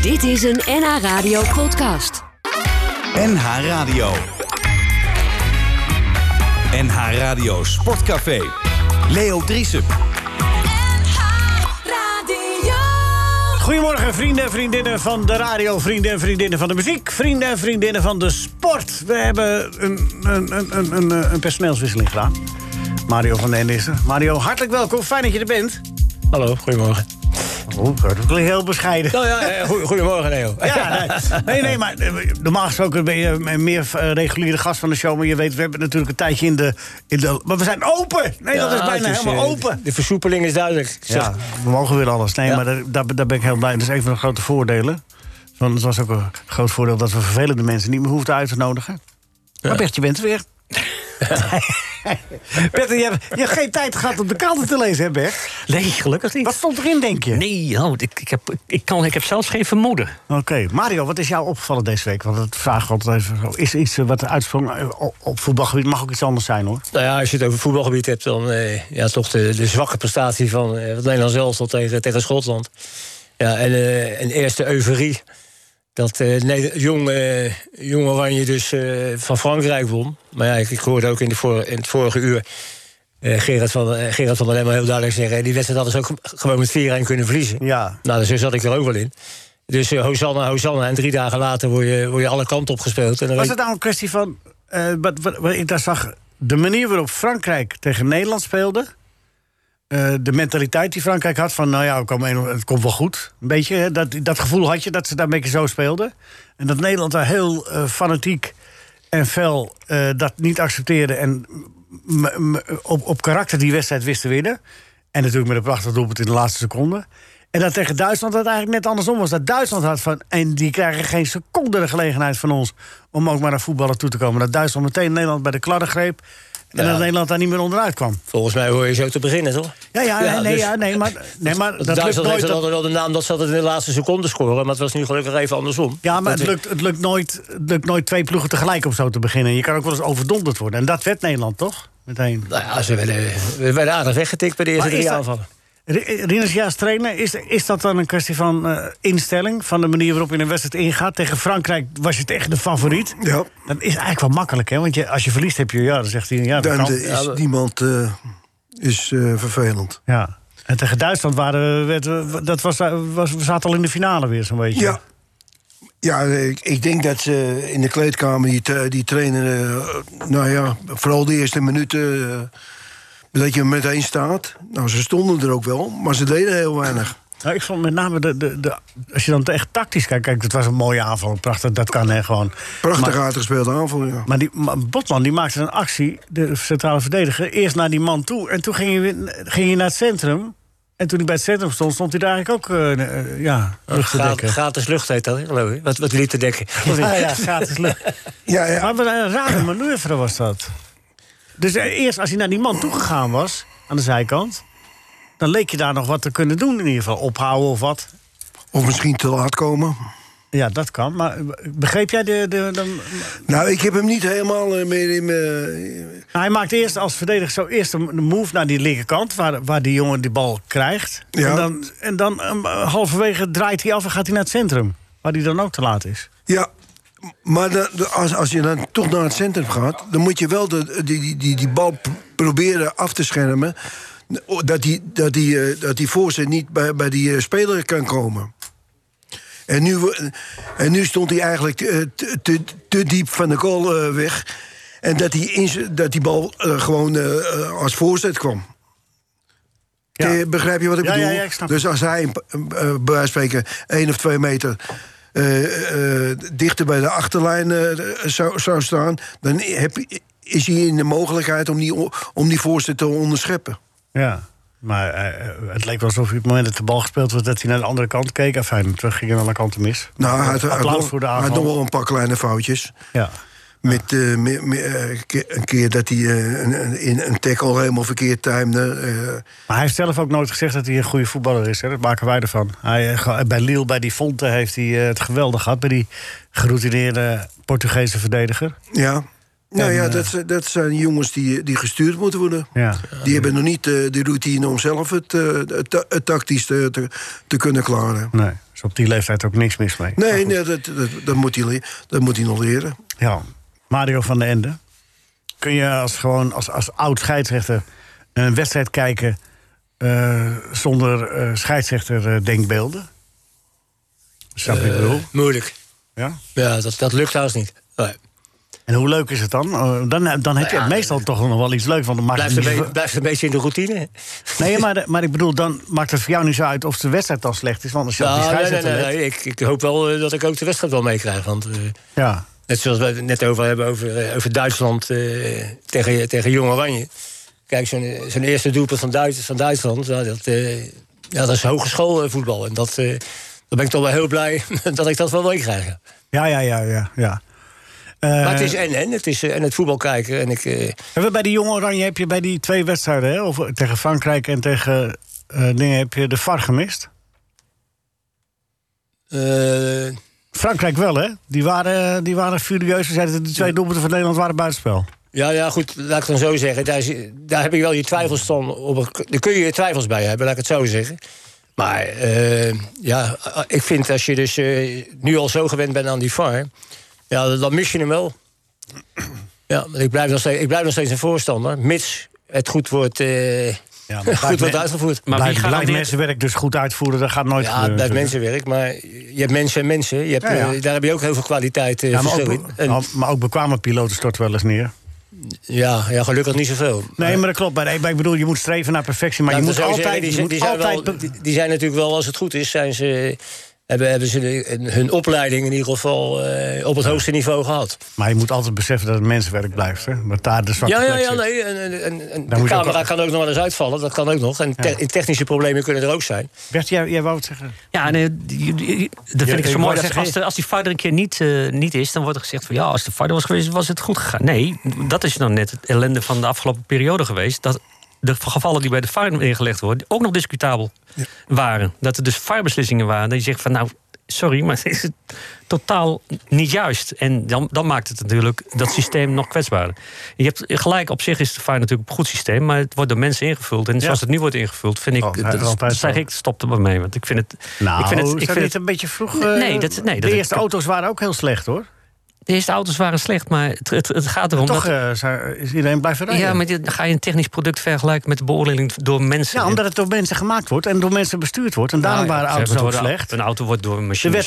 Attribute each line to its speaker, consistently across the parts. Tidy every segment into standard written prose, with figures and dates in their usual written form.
Speaker 1: Dit is een NH Radio podcast.
Speaker 2: NH Radio. NH Radio Sportcafé. Leo Driesen.
Speaker 3: Goedemorgen, vrienden en vriendinnen van de radio, vrienden en vriendinnen van de muziek, vrienden en vriendinnen van de sport. We hebben een personeelswisseling gedaan. Mario van den Ende is er. Mario, hartelijk welkom, fijn dat je er bent.
Speaker 4: Hallo, goedemorgen.
Speaker 3: Oh, dat is heel bescheiden.
Speaker 4: Nou ja, goedemorgen, Leo.
Speaker 3: Ja, nee, maar normaal gesproken ben je een meer reguliere gast van de show. Maar je weet, we hebben natuurlijk een tijdje in de maar we zijn open! Nederland is bijna helemaal open.
Speaker 4: De versoepeling is duidelijk.
Speaker 3: Ja, we mogen weer alles. Nee, maar daar ben ik heel blij. Dat is een van de grote voordelen. Want het was ook een groot voordeel dat we vervelende mensen niet meer hoefden uit te nodigen. Ja. Maar Bert, je bent er weer. Bert, je hebt geen tijd gehad om de kranten te lezen, hè, Bert?
Speaker 5: Nee, gelukkig niet.
Speaker 3: Wat stond erin, denk je?
Speaker 5: Nee, ik heb zelfs geen vermoeden.
Speaker 3: Oké. Mario, wat is jou opgevallen deze week? Want dat vraag ik altijd even zo. Is er iets wat uitsprong op voetbalgebied? Mag ook iets anders zijn, hoor.
Speaker 4: Nou ja, als je het over voetbalgebied hebt, dan toch de zwakke prestatie van het Nederlands elftal tegen Schotland. Ja, en eerste euforie dat jong Oranje dus van Frankrijk won. Maar ja, ik hoorde ook in het vorige uur Gerard van der Lem heel duidelijk zeggen, die wedstrijd hadden ze ook gewoon met 4-1 kunnen verliezen. Ja. Nou, dus zo zat ik er ook wel in. Dus Hosanna. En 3 dagen later word je alle kanten opgespeeld. En
Speaker 3: was het nou een kwestie van wat ik daar zag, de manier waarop Frankrijk tegen Nederland speelde, de mentaliteit die Frankrijk had van, nou ja, het komt wel goed. Een beetje, hè, dat gevoel had je, dat ze daar een beetje zo speelden. En dat Nederland daar heel fanatiek en fel dat niet accepteerde en op karakter die wedstrijd wist te winnen. En natuurlijk met een prachtig doelpunt in de laatste seconde. En dat tegen Duitsland dat eigenlijk net andersom was. Dat Duitsland had van, en die krijgen geen seconde de gelegenheid van ons om ook maar naar voetballen toe te komen. Dat Duitsland meteen Nederland bij de kladden greep. En dat Nederland daar niet meer onderuit kwam.
Speaker 4: Volgens mij hoor je zo te beginnen, toch?
Speaker 3: Nee, maar dat
Speaker 4: Duitsland heeft altijd wel de naam dat ze altijd in de laatste seconde scoren. Maar het was nu gelukkig even andersom.
Speaker 3: Ja, maar het lukt nooit 2 ploegen tegelijk om zo te beginnen. Je kan ook wel eens overdonderd worden. En dat werd Nederland, toch? Meteen.
Speaker 4: Nou ja, ze werden aardig weggetikt bij de eerste 3 aanvallen.
Speaker 3: Rinus Jaas trainer, is dat dan een kwestie van instelling? Van de manier waarop je een wedstrijd ingaat? Tegen Frankrijk was je het echt de favoriet. Ja. Dat is eigenlijk wel makkelijk, hè? Want als je verliest heb je, dan zegt hij, ja, dat kan.
Speaker 6: Is niemand vervelend.
Speaker 3: Ja. En tegen Duitsland we zaten al in de finale weer zo'n beetje.
Speaker 6: Ja. Ja, ik denk dat ze in de kleedkamer die trainer, vooral de eerste minuten, dat je meteen staat. Nou, ze stonden er ook wel, maar ze deden heel weinig.
Speaker 3: Nou, ik vond met name als je dan echt tactisch kijkt, het was een mooie aanval, prachtig, dat kan gewoon.
Speaker 6: Prachtig uitgespeelde aanval, ja.
Speaker 3: Maar Botman die maakte een actie, de centrale verdediger, eerst naar die man toe en toen ging je naar het centrum. En toen hij bij het centrum stond hij daar eigenlijk ook lucht te dekken.
Speaker 4: Gratis lucht heet dat, geloof ik. Wat liet te dekken.
Speaker 3: Ja, gratis lucht. Ja. Maar een rare manoeuvre was dat. Dus eerst als hij naar die man toegegaan was, aan de zijkant, dan leek je daar nog wat te kunnen doen in ieder geval. Ophouden of wat.
Speaker 6: Of misschien te laat komen.
Speaker 3: Ja, dat kan. Maar begreep jij
Speaker 6: Nou, ik heb hem niet helemaal meer in mijn...
Speaker 3: Hij maakt eerst als verdediger zo eerst een move naar die linkerkant, waar die jongen die bal krijgt. Ja. En dan halverwege draait hij af en gaat hij naar het centrum, waar hij dan ook te laat is. Ja.
Speaker 6: Maar als je dan toch naar het centrum gaat, dan moet je wel die bal proberen af te schermen, dat die voorzet niet bij die speler kan komen. En nu stond hij eigenlijk te diep van de goal weg. En dat die bal gewoon als voorzet kwam. Ja. Begrijp je wat ik bedoel?
Speaker 3: Ja, ik snap.
Speaker 6: Dus als hij bij wijze van spreken 1 of 2 meter dichter bij de achterlijn zou staan, dan is hij in de mogelijkheid om die voorzet te onderscheppen.
Speaker 3: Ja. Maar het leek wel alsof hij op het moment dat de bal gespeeld was, dat hij naar de andere kant keek. Enfin, terug ging aan alle kanten mis.
Speaker 6: Nou,
Speaker 3: applaus voor de aanval.
Speaker 6: Hij had nog wel een paar kleine foutjes. Ja. Met een keer dat hij een tackle helemaal verkeerd timde.
Speaker 3: Maar hij heeft zelf ook nooit gezegd dat hij een goede voetballer is. Hè? Dat maken wij ervan. Bij Lille, bij die Fonte, heeft hij het geweldig gehad. Bij die geroutineerde Portugese verdediger.
Speaker 6: Ja. Nou ja, dat zijn jongens die gestuurd moeten worden. Ja. Die hebben nog niet de routine om zelf het tactisch te kunnen klaren.
Speaker 3: Nee. Dus op die leeftijd ook niks mis mee.
Speaker 6: Nee, dat moet hij nog leren.
Speaker 3: Ja, Mario van den Ende. Kun je als oud scheidsrechter een wedstrijd kijken zonder scheidsrechter denkbeelden? Snap je wat ik bedoel?
Speaker 4: Moeilijk.
Speaker 3: Ja?
Speaker 4: Ja, dat lukt trouwens niet. Nee.
Speaker 3: En hoe leuk is het dan? Dan heb je meestal toch nog wel iets leuks. Want dan maakt
Speaker 4: Blijft een beetje in de routine.
Speaker 3: Nee, maar ik bedoel, dan maakt het voor jou niet zo uit of de wedstrijd dan slecht is. Want als je op die scheidsrechter
Speaker 4: nee. Ik hoop wel dat ik ook de wedstrijd wel meekrijg. Want
Speaker 3: ja.
Speaker 4: net zoals we het net over hebben over Duitsland tegen Jong Oranje. Kijk, zo'n eerste doelpunt van Duitsland, dat is hogeschool voetbal. En daar ben ik toch wel heel blij dat ik dat wel meekrijg.
Speaker 3: Ja.
Speaker 4: Maar het is en het voetbal kijken. En
Speaker 3: Hebben bij die Jong Oranje heb je bij die 2 wedstrijden, hè, of tegen Frankrijk en tegen dingen, heb je de VAR gemist? Frankrijk wel, hè? Die waren furieus. Ze zeiden dat de 2 doelpunten van Nederland waren buitenspel.
Speaker 4: Ja, goed, laat ik dan zo zeggen. Daar heb ik wel je twijfels dan. Daar kun je je twijfels bij hebben, laat ik het zo zeggen. Maar ik vind als je dus nu al zo gewend bent aan die VAR, ja, dan mis je hem wel. Ja, ik blijf nog steeds een voorstander, mits het goed wordt uitgevoerd.
Speaker 3: Maar wie gaat mensenwerk dus goed uitvoeren, dat gaat nooit gebeuren.
Speaker 4: Ja, het blijft mensenwerk, maar je hebt mensen en mensen. Daar heb je ook heel veel kwaliteit verschil in.
Speaker 3: Maar ook bekwame piloten storten wel eens neer.
Speaker 4: Ja, gelukkig niet zoveel.
Speaker 3: Nee, maar dat klopt. Maar ik bedoel, je moet streven naar perfectie. Maar je moet altijd...
Speaker 4: Die zijn natuurlijk wel, als het goed is, hebben ze hun opleiding in ieder geval op het hoogste niveau gehad.
Speaker 3: Maar je moet altijd beseffen dat het mensenwerk blijft, hè? Want daar de zwakke plek zit.
Speaker 4: Nee. En de camera kan ook nog wel eens uitvallen, dat kan ook nog. En technische problemen kunnen er ook zijn.
Speaker 3: Bert, jij wou het zeggen?
Speaker 5: Ja, nee, dat vind ik zo mooi. Als die VAR er een keer niet is, dan wordt er gezegd van ja, als de VAR er was geweest, was het goed gegaan. Nee, dat is dan net het ellende van de afgelopen periode geweest. Dat de gevallen die bij de VAR ingelegd worden ook nog discutabel waren. Dat er dus VAR-beslissingen waren. Dat je zegt van nou, sorry, maar het is totaal niet juist. En dan maakt het natuurlijk dat systeem nog kwetsbaarder. Je hebt gelijk, op zich is de VAR natuurlijk een goed systeem, maar het wordt door mensen ingevuld. En zoals het nu wordt ingevuld, vind ik, stop er maar mee. Want ik vind het.
Speaker 3: Nou, ik vind het een beetje vroeg. De eerste auto's waren ook heel slecht, hoor.
Speaker 5: De eerste auto's waren slecht, maar het gaat erom
Speaker 3: toch, is iedereen blijven rijden.
Speaker 5: Ja, maar dan ga je een technisch product vergelijken met de beoordeling door mensen.
Speaker 3: Ja, omdat het door mensen gemaakt wordt en door mensen bestuurd wordt. En daarom waren auto's ook slecht.
Speaker 5: Een auto wordt door machines.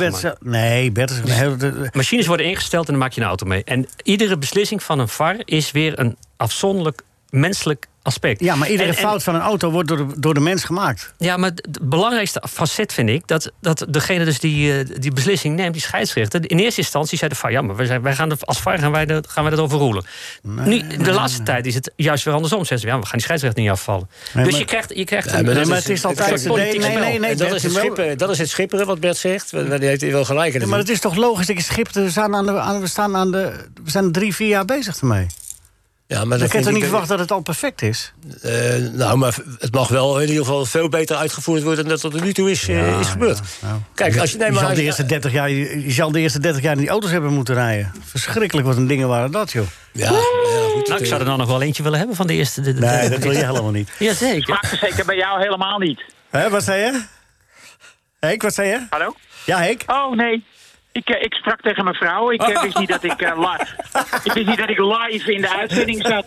Speaker 3: Nee, Bert is een hele...
Speaker 5: Machines worden ingesteld en dan maak je een auto mee. En iedere beslissing van een VAR is weer een afzonderlijk menselijk aspect. Ja,
Speaker 3: maar iedere fout van een auto wordt door de mens gemaakt.
Speaker 5: Ja, maar het belangrijkste facet vind ik dat degene dus die beslissing neemt, die scheidsrechter, in eerste instantie zei de VAR, ja, maar wij gaan als VAR gaan wij dat overroelen. De laatste tijd is het juist weer andersom. Zeggen ze, ja, we gaan die scheidsrechter niet afvallen. Nee, dus je krijgt
Speaker 3: maar het is altijd
Speaker 4: nee, dat is het schipperen wat Bert zegt. Die heeft hij wel gelijk.
Speaker 3: Maar het is toch logisch dat je schipt. We zijn 3-4 jaar bezig ermee. Ja, maar dan kan je toch niet verwachten dat het al perfect is?
Speaker 4: Maar het mag wel in ieder geval veel beter uitgevoerd worden dan dat er nu toe is gebeurd. Kijk, als je zal de eerste 30 jaar in die auto's hebben moeten rijden. Verschrikkelijk wat een dingen waren dat, joh.
Speaker 5: Ja, goed. Nou, ik zou er dan nog wel eentje willen hebben van de eerste.
Speaker 3: Nee, dat wil je helemaal niet.
Speaker 5: Jazeker.
Speaker 7: Smaakt zeker bij jou helemaal niet.
Speaker 3: Wat zei je? Henk, wat zei je?
Speaker 7: Hallo?
Speaker 3: Ja, Henk?
Speaker 7: Oh, nee. Ik sprak tegen mijn vrouw. Ik wist niet dat ik live in de uitzending zat.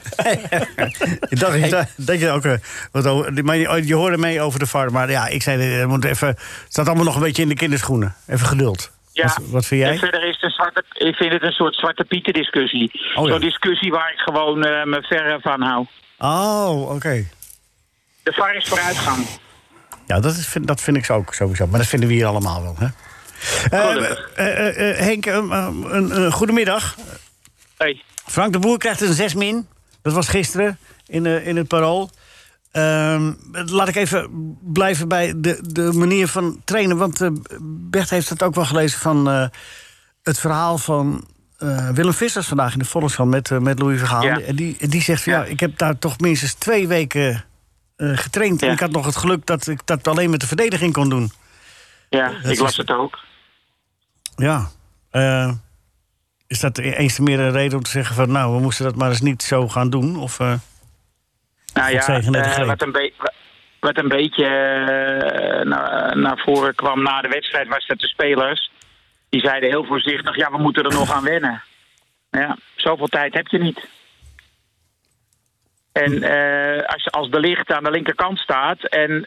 Speaker 3: Ik dacht dat je ook wat over. Maar je hoorde mee over de VAR. Maar ja, ik zei, het staat allemaal nog een beetje in de kinderschoenen. Even geduld.
Speaker 7: Ja,
Speaker 3: wat vind jij?
Speaker 7: En verder is ik vind het een soort Zwarte Pieten discussie. Zo'n discussie waar ik gewoon me ver van hou.
Speaker 3: Oh, oké.
Speaker 7: De VAR is vooruitgang.
Speaker 3: Ja, dat vind ik ook sowieso. Maar dat vinden we hier allemaal wel, hè? Henk, een goedemiddag.
Speaker 7: Hey.
Speaker 3: Frank de Boer krijgt een 6-. Dat was gisteren in het Parool. Laat ik even blijven bij de manier van trainen. Want Bert heeft het ook wel gelezen van het verhaal van Willem Vissers vandaag in de Volkskrant met Louis Vergaal. Ja. En die zegt van ik heb daar toch minstens 2 weken getraind. Ja. En ik had nog het geluk dat ik dat alleen met de verdediging kon doen.
Speaker 7: Ja, ik las het ook.
Speaker 3: Ja. Is dat eens te meer een reden om te zeggen van nou, we moesten dat maar eens niet zo gaan doen? Of,
Speaker 7: wat een beetje naar voren kwam na de wedstrijd, was dat de spelers, die zeiden heel voorzichtig, ja, we moeten er nog aan wennen. Ja, zoveel tijd heb je niet. En als De Ligt aan de linkerkant staat en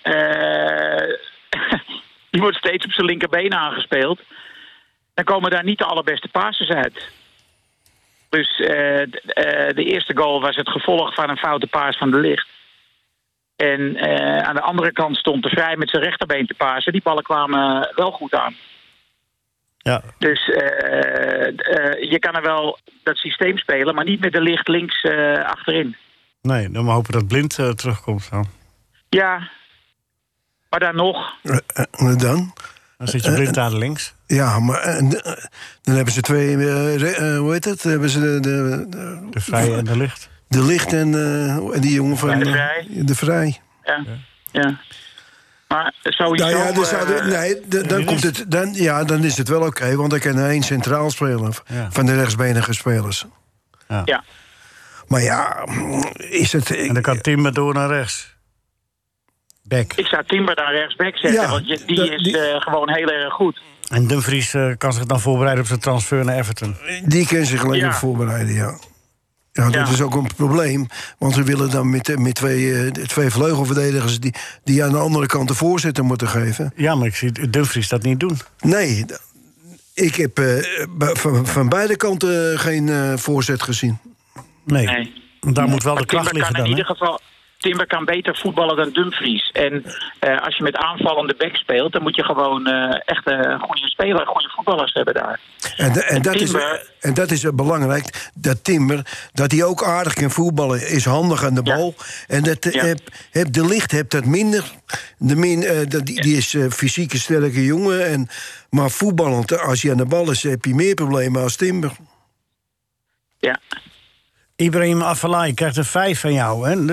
Speaker 7: die wordt steeds op zijn linkerbeen aangespeeld, dan komen daar niet de allerbeste passes uit. Dus de eerste goal was het gevolg van een foute paas van De Ligt. En aan de andere kant stond De Vrij met zijn rechterbeen te pasen. Die ballen kwamen wel goed aan.
Speaker 3: Ja.
Speaker 7: Dus je kan er wel dat systeem spelen, maar niet met De Ligt links achterin.
Speaker 3: Nee, dan maar hopen dat Blind terugkomt dan.
Speaker 7: Ja, maar dan nog.
Speaker 6: Dan
Speaker 3: zit je Blind aan links.
Speaker 6: Ja, maar dan hebben ze twee, hoe heet het? Hebben ze
Speaker 3: de Vrij en De Ligt.
Speaker 6: De Ligt en die jongen van
Speaker 7: De Vrij.
Speaker 6: De Vrij.
Speaker 7: Ja. Maar sowieso...
Speaker 6: Nou ja, dan is het wel oké, want dan kan er één centraal spelen van de rechtsbenige spelers.
Speaker 7: Ja.
Speaker 6: Maar ja, is het...
Speaker 3: En dan kan Timber door naar rechts. Back.
Speaker 7: Ik zou Timber daar rechtsback zetten, want die is gewoon heel erg goed.
Speaker 3: En Dumfries kan zich dan voorbereiden op zijn transfer naar Everton.
Speaker 6: Die kan zich alleen nog voorbereiden, ja. Ja, dat is ook een probleem. Want we willen dan met twee vleugelverdedigers die aan de andere kant de voorzitter moeten geven.
Speaker 3: Ja, maar ik zie Dumfries dat niet doen.
Speaker 6: Nee, ik heb van beide kanten geen voorzet gezien.
Speaker 3: Nee. Daar moet wel de kracht liggen dan.
Speaker 7: In ieder geval, Timber kan beter voetballen dan Dumfries. En als je met aanvallende back speelt, dan moet je gewoon echt een goede speler, goede voetballers hebben daar.
Speaker 6: En dat is belangrijk, dat Timber, dat hij ook aardig kan voetballen, is handig aan de bal. En dat De Ligt hebt dat minder. Die is fysiek een sterke jongen. Maar voetballend, als hij aan de bal is, heb je meer problemen als Timber.
Speaker 7: Ja.
Speaker 3: Ibrahim Afellay krijgt een 5 van jou, hè?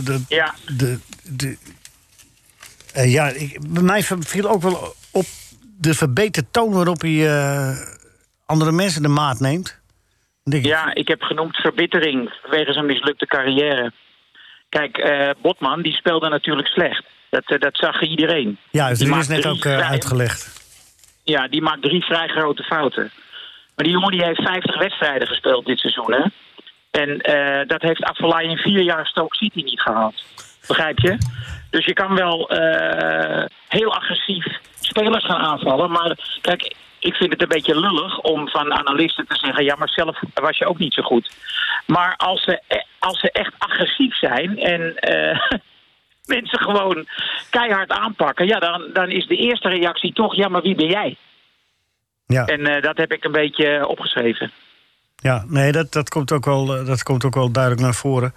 Speaker 3: Bij mij viel ook wel op de verbeterde toon waarop hij andere mensen de maat neemt.
Speaker 7: Ja, ik heb genoemd verbittering vanwege zijn mislukte carrière. Kijk, Botman, die speelde natuurlijk slecht. Dat zag iedereen.
Speaker 3: Ja, dat is net ook uitgelegd.
Speaker 7: Ja, die maakt 3 vrij grote fouten. Maar die jongen die heeft 50 wedstrijden gespeeld dit seizoen, hè? En dat heeft Afellay in 4 jaar Stoke City niet gehaald. Begrijp je? Dus je kan wel heel agressief spelers gaan aanvallen. Maar kijk, ik vind het een beetje lullig om van analisten te zeggen, ja, maar zelf was je ook niet zo goed. Maar als ze echt agressief zijn en mensen gewoon keihard aanpakken, ja, dan is de eerste reactie toch, ja, maar wie ben jij? Ja. En dat heb ik een beetje opgeschreven.
Speaker 3: Ja, nee, dat komt ook wel duidelijk naar voren.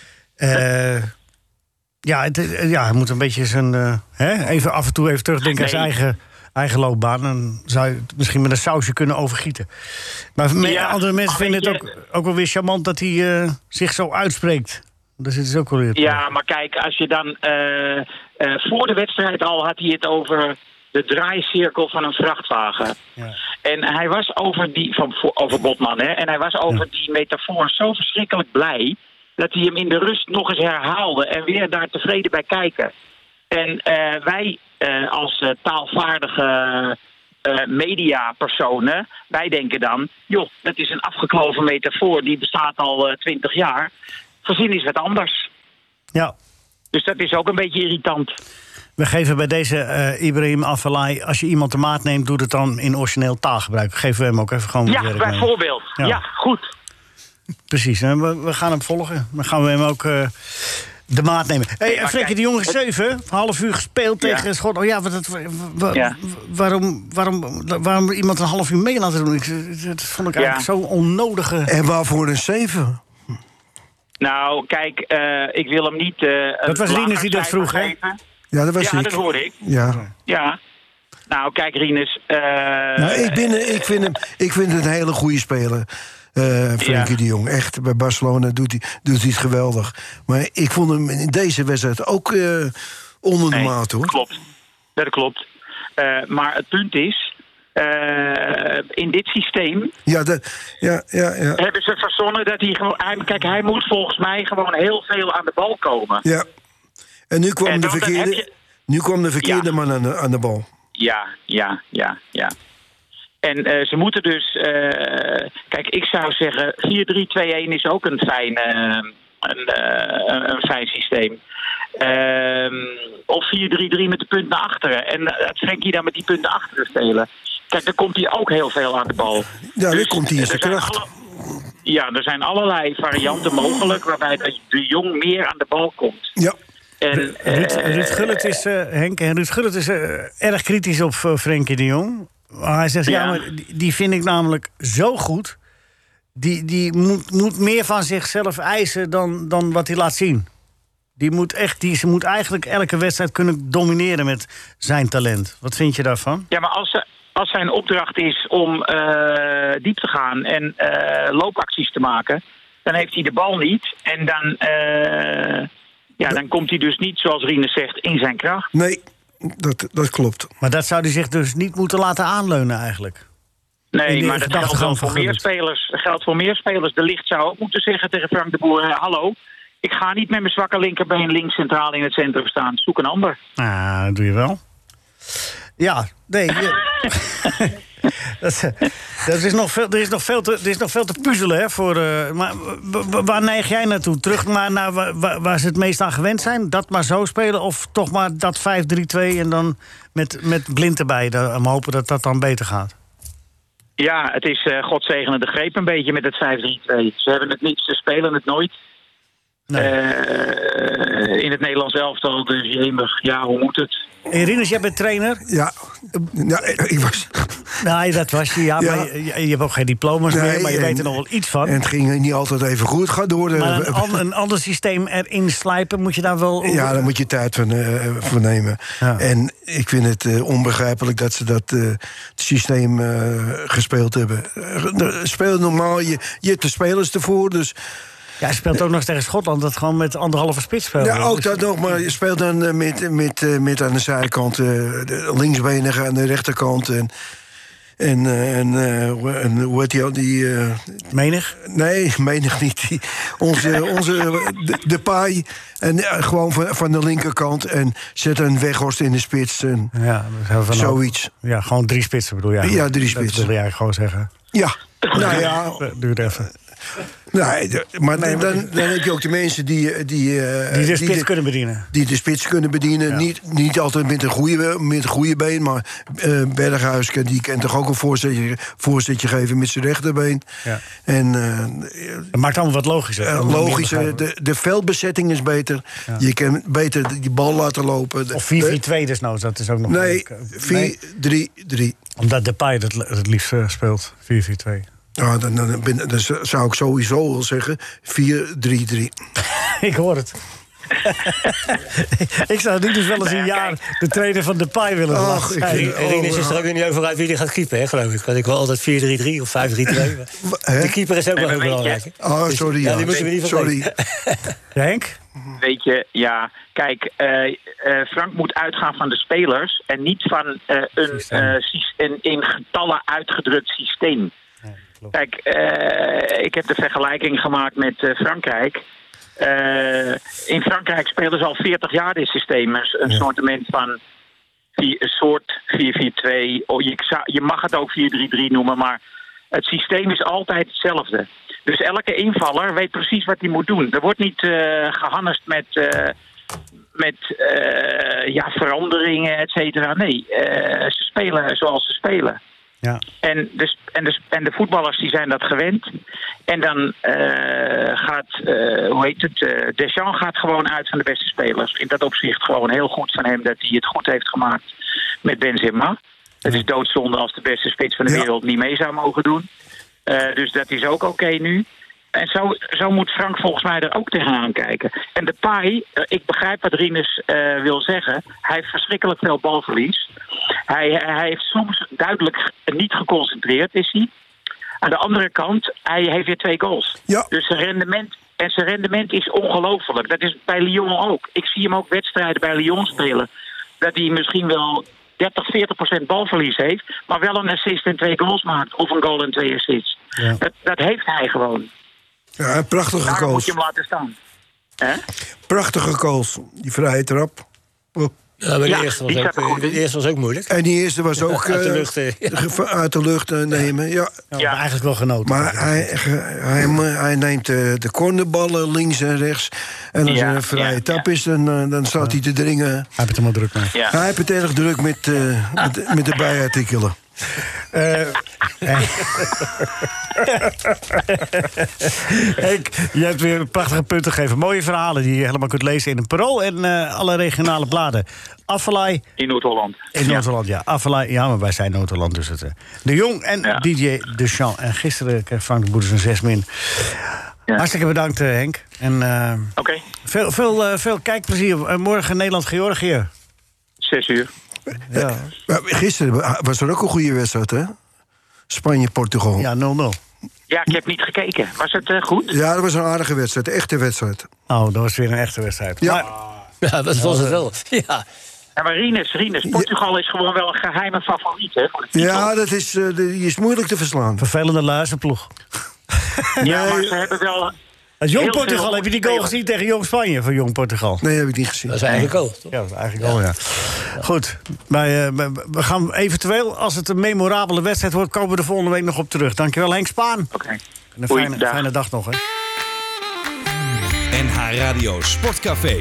Speaker 3: Hij moet een beetje zijn even af en toe even terugdenken aan zijn eigen loopbaan. Dan zou je het misschien met een sausje kunnen overgieten. Maar andere mensen vinden het ook wel weer charmant dat hij zich zo uitspreekt. Daar zit dus ook wel weer.
Speaker 7: Ja, maar kijk, als je dan voor de wedstrijd al had hij het over de draaicirkel van een vrachtwagen. Ja. En hij was over Botman, hè? En hij was over die metafoor zo verschrikkelijk blij dat hij hem in de rust nog eens herhaalde en weer daar tevreden bij kijken. En wij als taalvaardige mediapersonen, wij denken dan, joh, dat is een afgekloven metafoor, die bestaat al 20 jaar. Verzin is wat anders.
Speaker 3: Ja.
Speaker 7: Dus dat is ook een beetje irritant.
Speaker 3: We geven bij deze Ibrahim Afellay, als je iemand de maat neemt, doe het dan in origineel taalgebruik. Geven we hem ook even gewoon werk mee.
Speaker 7: Bijvoorbeeld. Ja, goed.
Speaker 3: Precies, we gaan hem volgen. Dan gaan we hem ook de maat nemen. Hey, Frenkie de Jong is 7, een half uur gespeeld tegen Schot. Oh ja, waarom iemand een half uur mee laten doen? Dat vond ik eigenlijk zo onnodige.
Speaker 6: En waarvoor een 7?
Speaker 7: Nou, kijk, ik wil hem niet.
Speaker 3: Dat was Rinus die dat vroeg, hè?
Speaker 6: Ja, dat was ik.
Speaker 7: Dat hoorde ik. Ja. Nou, kijk, Rinus.
Speaker 6: Ik vind het een hele goede speler. Frenkie de Jong. Echt, bij Barcelona doet hij het geweldig. Maar ik vond hem in deze wedstrijd ook onder de maat, hoor.
Speaker 7: Klopt. Dat klopt. Maar het punt is, in dit systeem hebben ze verzonnen dat hij gewoon... Kijk, hij moet volgens mij gewoon heel veel aan de bal komen.
Speaker 6: Ja. En nu kwam de verkeerde man aan de bal.
Speaker 7: Ja. En ze moeten dus... kijk, ik zou zeggen... 4-3-2-1 is ook een fijn systeem. Of 4-3-3 met de punt naar achteren. En dat Frenkie dan met die punten achteren spelen. Kijk, dan komt hij ook heel veel aan de bal.
Speaker 6: Ja,
Speaker 7: dus,
Speaker 6: dan komt hij in zijn kracht.
Speaker 7: Er zijn allerlei varianten mogelijk... waarbij de Jong meer aan de bal komt.
Speaker 6: Ja.
Speaker 3: En Ruud Gullit is, Henk, en Ruud Gullit is erg kritisch op Frenkie de Jong. Hij zegt, maar die vind ik namelijk zo goed. Die moet meer van zichzelf eisen dan wat hij laat zien. Ze moet eigenlijk elke wedstrijd kunnen domineren met zijn talent. Wat vind je daarvan? Ja, maar
Speaker 7: als zijn opdracht is om diep te gaan en loopacties te maken... dan heeft hij de bal niet. En dan komt hij dus niet, zoals Rinus zegt, in zijn kracht.
Speaker 6: Nee, dat klopt.
Speaker 3: Maar dat zou hij zich dus niet moeten laten aanleunen eigenlijk.
Speaker 7: Nee, maar dat geldt wel voor meer spelers. Dat geldt voor meer spelers. De Ligt zou ook moeten zeggen tegen Frank de Boer... hallo, ik ga niet met mijn zwakke linkerbeen links centraal in het centrum staan. Zoek een ander.
Speaker 3: Ah, dat doe je wel. Ja, nee... Er is nog veel te puzzelen, hè, maar waar neig jij naartoe? Terug naar waar ze het meest aan gewend zijn? Dat maar zo spelen? Of toch maar dat 5-3-2 en dan met Blind erbij? Dan hopen dat dat dan beter gaat?
Speaker 7: Ja, het is godzegende greep een beetje met het 5-3-2. Ze hebben het niet, ze spelen het nooit. Nee. In het Nederlands elftal, dus jemig, hoe moet het?
Speaker 3: Rinus, jij bent trainer?
Speaker 6: Ja, ik was...
Speaker 3: Nee, dat was je. Ja, maar je hebt ook geen diploma's meer, maar je weet er nog wel iets van.
Speaker 6: En het ging niet altijd even goed. Het gaat door.
Speaker 3: Maar een ander systeem erin slijpen, moet je daar wel...
Speaker 6: Ja, daar moet je tijd van nemen. Ja. En ik vind het onbegrijpelijk dat ze dat systeem gespeeld hebben. Spelen normaal, je hebt de spelers ervoor, dus...
Speaker 3: Ja, hij speelt ook nog tegen Schotland, dat gewoon met anderhalve spits speelt.
Speaker 6: Ja, ook dat nog, maar je speelt dan met aan de zijkant, de linksbenige aan de rechterkant. En hoe heet die al?
Speaker 3: Menig?
Speaker 6: Nee, Menig niet. Onze Depay. En gewoon van de linkerkant. En zet een Weghorst in de spits. En zoiets.
Speaker 3: Ja, gewoon 3 spitsen bedoel je eigenlijk.
Speaker 6: Ja, 3 spitsen.
Speaker 3: Dat wil jij gewoon zeggen.
Speaker 6: Ja, nou ja.
Speaker 3: Duurt even.
Speaker 6: Nee, maar dan heb je ook de mensen die
Speaker 3: de spits kunnen bedienen.
Speaker 6: Die de spits kunnen bedienen. Ja. Niet altijd met een goede been, maar Berghuis die kan toch ook een voorzetje geven met zijn rechterbeen. Ja. En,
Speaker 3: het maakt allemaal wat logischer.
Speaker 6: Logischer, de veldbezetting is beter. Ja. Je kan beter die bal laten lopen.
Speaker 3: Of 4-4-2 desnoods, dat is ook nog...
Speaker 6: Nee, 4-3-3.
Speaker 3: Omdat Depay het liefst speelt, 4-4-2.
Speaker 6: Ja, dan zou ik sowieso wel zeggen 4-3-3.
Speaker 3: Ik hoor het. Ik zou niet eens wel eens een jaar de trainer van Depay willen laten.
Speaker 4: Rinus is er ook niet over uit wie die gaat keeper, hè, geloof ik. Want ik wil altijd 4-3-3 of 5-3-2. De keeper is ook wel heel belangrijk.
Speaker 6: Oh, sorry.
Speaker 4: Dus, die moeten we niet vergeten.
Speaker 3: Henk?
Speaker 7: Weet je, ja, kijk, Frank moet uitgaan van de spelers en niet van een in getallen uitgedrukt systeem. Kijk, ik heb de vergelijking gemaakt met Frankrijk. In Frankrijk spelen ze al 40 jaar dit systeem. Een soortement van een soort 4-4-2. Je mag het ook 4-3-3 noemen, maar het systeem is altijd hetzelfde. Dus elke invaller weet precies wat hij moet doen. Er wordt niet gehannest met veranderingen, et cetera. Nee, ze spelen zoals ze spelen. Ja. En de voetballers die zijn dat gewend. En dan gaat, Deschamps gaat gewoon uit van de beste spelers. In dat opzicht gewoon heel goed van hem dat hij het goed heeft gemaakt met Benzema. Het is doodzonde als de beste spits van de wereld niet mee zou mogen doen. Dus dat is ook oké nu. En zo moet Frank volgens mij er ook tegenaan kijken. En Depay, ik begrijp wat Rinus wil zeggen. Hij heeft verschrikkelijk veel balverlies. Hij heeft soms duidelijk niet geconcentreerd, is hij. Aan de andere kant, hij heeft weer 2 goals. Ja. Dus zijn rendement is ongelooflijk. Dat is bij Lyon ook. Ik zie hem ook wedstrijden bij Lyon spelen. Dat hij misschien wel 30-40% balverlies heeft, maar wel een assist en 2 goals maakt. Of een goal en 2 assists. Ja. Dat heeft hij gewoon.
Speaker 6: Ja, een prachtige
Speaker 7: Daarom
Speaker 6: goal.
Speaker 7: moet je hem laten staan.
Speaker 6: Prachtige goals. Die vrije trap.
Speaker 4: Ja, maar de eerste was ook moeilijk.
Speaker 6: En die eerste was ook
Speaker 4: uit de lucht,
Speaker 6: uit de lucht nemen. Ja.
Speaker 3: Ja, eigenlijk wel genoten.
Speaker 6: Maar hij neemt de cornerballen links en rechts. En als er een vrije tap is, dan staat hij te dringen. Hij
Speaker 3: heeft het maar druk mee.
Speaker 6: Ja. Hij heeft het erg druk met de bijartikelen.
Speaker 3: Henk, je hebt weer prachtige punten gegeven. Mooie verhalen die je helemaal kunt lezen in een Parool en alle regionale bladen. Affelay.
Speaker 7: In Noord-Holland.
Speaker 3: In Noord-Holland, ja. Affelay, ja, maar wij zijn Noord-Holland, dus het. De Jong en DJ Deschamps. En gisteren kreeg Frank de Boer dus een 6 min. Ja. Hartstikke bedankt, Henk. En veel kijkplezier. Morgen Nederland-Georgië.
Speaker 7: 6:00.
Speaker 6: Ja. Gisteren was er ook een goede wedstrijd, hè? Spanje-Portugal.
Speaker 3: Ja, 0-0.
Speaker 7: Ja, ik heb niet gekeken. Was het goed?
Speaker 6: Ja, dat was een aardige wedstrijd. Een echte wedstrijd.
Speaker 3: Oh, dat was weer een echte wedstrijd.
Speaker 6: Ja,
Speaker 4: ja dat was het wel. Ja.
Speaker 7: Ja, maar Rinus, Portugal is gewoon wel een geheime favoriet, hè? Voor de
Speaker 6: ja, die is moeilijk te verslaan.
Speaker 3: Vervelende luizenploeg.
Speaker 7: Ja, maar ze hebben wel...
Speaker 3: Als Jong Portugal, heb je die goal gezien tegen Jong Spanje van Jong Portugal?
Speaker 6: Nee, heb ik niet gezien.
Speaker 4: Dat is eigenlijk goal, toch?
Speaker 3: Ja, dat is eigenlijk goal, ja. Goed, we gaan eventueel, als het een memorabele wedstrijd wordt, komen we er volgende week nog op terug. Dankjewel, Henk Spaan.
Speaker 7: Oké.
Speaker 3: Een fijne dag nog, hè.
Speaker 2: NH Radio Sportcafé.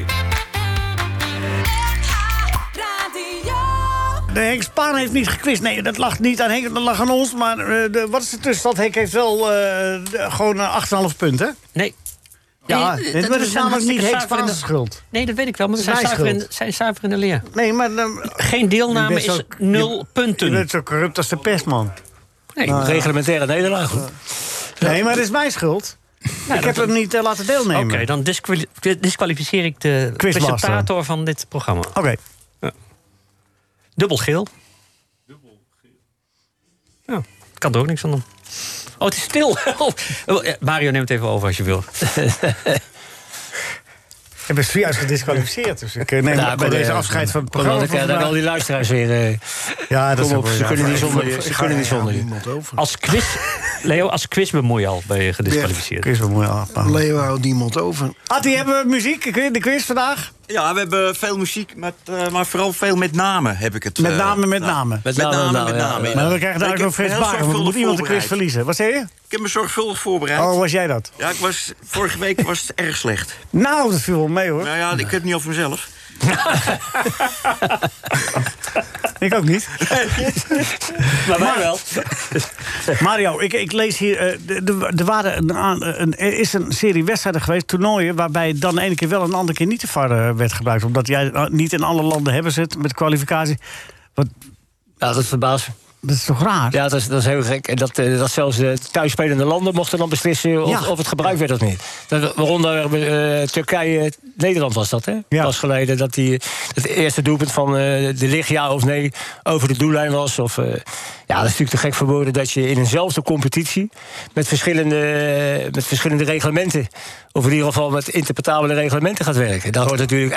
Speaker 3: De Henk Spaan heeft niet gekwist. Nee, dat lag niet aan Henk, dat lag aan ons. Maar wat is de tussenstand? Henk heeft wel gewoon 8,5 punten.
Speaker 5: Nee.
Speaker 3: Ja, nee, dat is namelijk niet Henk Spaan's schuld.
Speaker 5: Nee, dat weet ik wel, maar we zijn zuiver in de leer.
Speaker 3: Nee, maar...
Speaker 5: Geen deelname is 0 punten.
Speaker 3: Je bent zo corrupt als de pestman.
Speaker 4: Nee, reglementaire nederlaag.
Speaker 3: Nee, maar dat is mijn schuld. Ik heb hem niet laten deelnemen.
Speaker 5: Oké, dan disqualificeer ik de presentator van dit programma.
Speaker 3: Oké.
Speaker 5: Dubbel geel. Ja, kan er ook niks aan doen. Oh, het is stil. Mario, neem het even over als je wil.
Speaker 3: Ik ben zojuist gedisqualificeerd, dus ik neem bij deze afscheid van het programma.
Speaker 4: Dan al die luisteraars weer...
Speaker 3: ja, dat is ook
Speaker 4: ze kunnen niet zonder je.
Speaker 5: Als quiz bemoei je al, ben je gedisqualificeerd.
Speaker 3: Quiz bemoei al.
Speaker 6: Leo houdt niemand over.
Speaker 3: Attie, hebben we muziek, de quiz vandaag?
Speaker 8: Ja, we hebben veel muziek, maar vooral veel met namen heb ik het.
Speaker 3: Met namen.
Speaker 8: Met namen.
Speaker 3: Maar we krijgen daar ook nog Frits Baker, want er moet iemand de quiz verliezen. Wat zei je?
Speaker 8: Ik heb me zorgvuldig voorbereid.
Speaker 3: Oh, was jij dat?
Speaker 8: Ja, vorige week was het erg slecht.
Speaker 3: Nou, dat viel wel mee, hoor.
Speaker 8: Nou ja, ik heb het niet over mezelf.
Speaker 3: Ik ook niet.
Speaker 5: Maar wel.
Speaker 3: Mario, ik lees hier... Er is een serie wedstrijden geweest, toernooien... waarbij dan de ene keer wel en de andere keer niet de VAR werd gebruikt. Omdat jij niet in alle landen hebben ze het met kwalificatie.
Speaker 4: Ja, dat verbaast me.
Speaker 3: Dat is toch raar?
Speaker 4: Ja, dat is heel gek. En dat zelfs de thuisspelende landen mochten dan beslissen of het gebruikt werd of niet. Waaronder Turkije-Nederland was dat, hè?
Speaker 3: Ja.
Speaker 4: Pas geleden dat het eerste doelpunt van de Ligt ja of nee over de doellijn was. Of, ja, dat is natuurlijk te gek voor woorden dat je in eenzelfde competitie met verschillende reglementen, of in ieder geval met interpretabele reglementen gaat werken. Daar hoort natuurlijk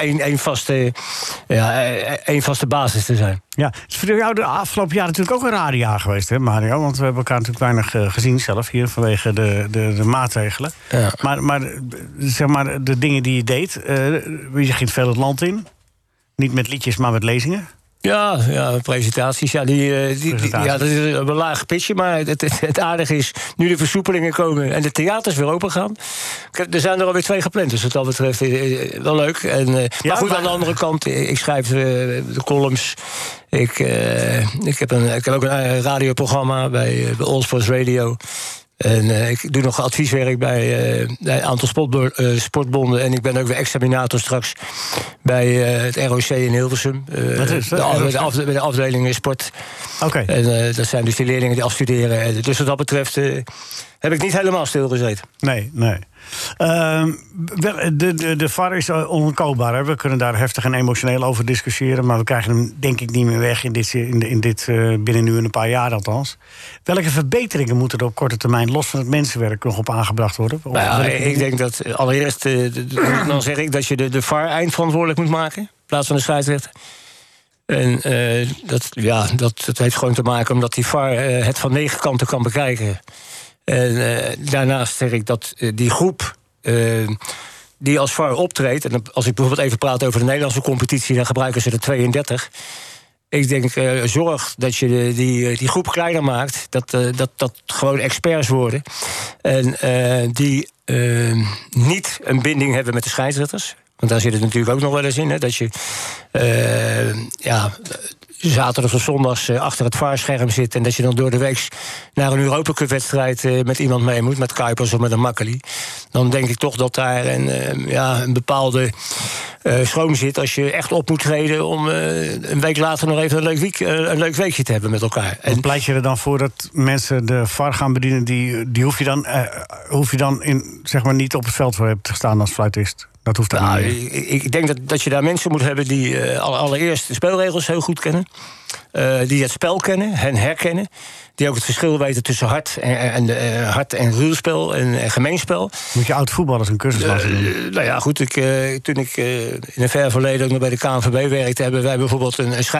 Speaker 4: één vaste basis te zijn.
Speaker 3: Ja, het is voor jou de afgelopen jaar natuurlijk ook een raar jaar geweest, hè, Mario? Want we hebben elkaar natuurlijk weinig gezien zelf hier vanwege de maatregelen. Ja. Maar zeg maar de dingen die je deed, je ging veel het land in. Niet met liedjes, maar met lezingen.
Speaker 4: Ja, presentaties. Ja, dat is een laag pitje. Maar het aardige is, nu de versoepelingen komen en de theaters weer open gaan. Er zijn er alweer 2 gepland, dus wat dat betreft wel leuk. Maar goed, aan de andere kant, ik schrijf de columns. Ik heb ook een radioprogramma bij All Sports Radio. En ik doe nog advieswerk bij een aantal sportbonden. En ik ben ook weer examinator straks bij het ROC in Hilversum. De afdeling sport.
Speaker 3: Okay.
Speaker 4: En dat zijn dus die leerlingen die afstuderen. Dus wat dat betreft heb ik niet helemaal stilgezeten.
Speaker 3: Nee. De VAR is onontkoombaar. Hè? We kunnen daar heftig en emotioneel over discussiëren. Maar we krijgen hem denk ik niet meer weg binnen nu een paar jaar althans. Welke verbeteringen moeten er op korte termijn, los van het mensenwerk, nog op aangebracht worden?
Speaker 4: Ik denk dat allereerst, dan zeg ik dat je de VAR eindverantwoordelijk moet maken, in plaats van de scheidsrechter. En dat heeft gewoon te maken omdat die VAR het van 9 kanten kan bekijken. En daarnaast zeg ik dat die groep die als VAR optreedt... en als ik bijvoorbeeld even praat over de Nederlandse competitie... dan gebruiken ze er 32... Ik denk, zorg dat je die groep kleiner maakt. Dat gewoon experts worden. En die niet een binding hebben met de scheidsrechters. Want daar zit het natuurlijk ook nog wel eens in. Hè, dat je zaterdag of zondags achter het VAR-scherm zit... en dat je dan door de week naar een Europacup-wedstrijd met iemand mee moet... met Kuipers of met een Makkeli. Dan denk ik toch dat daar een bepaalde schroom zit... als je echt op moet treden om een week later nog even een leuk weekje te hebben met elkaar.
Speaker 3: En pleit je er dan voor dat mensen de VAR gaan bedienen... die hoef je dan zeg maar niet op het veld voor hebben te staan als fluitist? Dat hoeft dan niet.
Speaker 4: Ik denk dat je daar mensen moet hebben die allereerst de spelregels heel goed kennen. Die het spel kennen en herkennen. Die ook het verschil weten tussen hard en ruwspel en gemeenspel.
Speaker 3: Moet je oud-voetballers een cursus laten doen?
Speaker 4: Nou ja, goed. Toen ik in een ver verleden ook nog bij de KNVB werkte... hebben wij bijvoorbeeld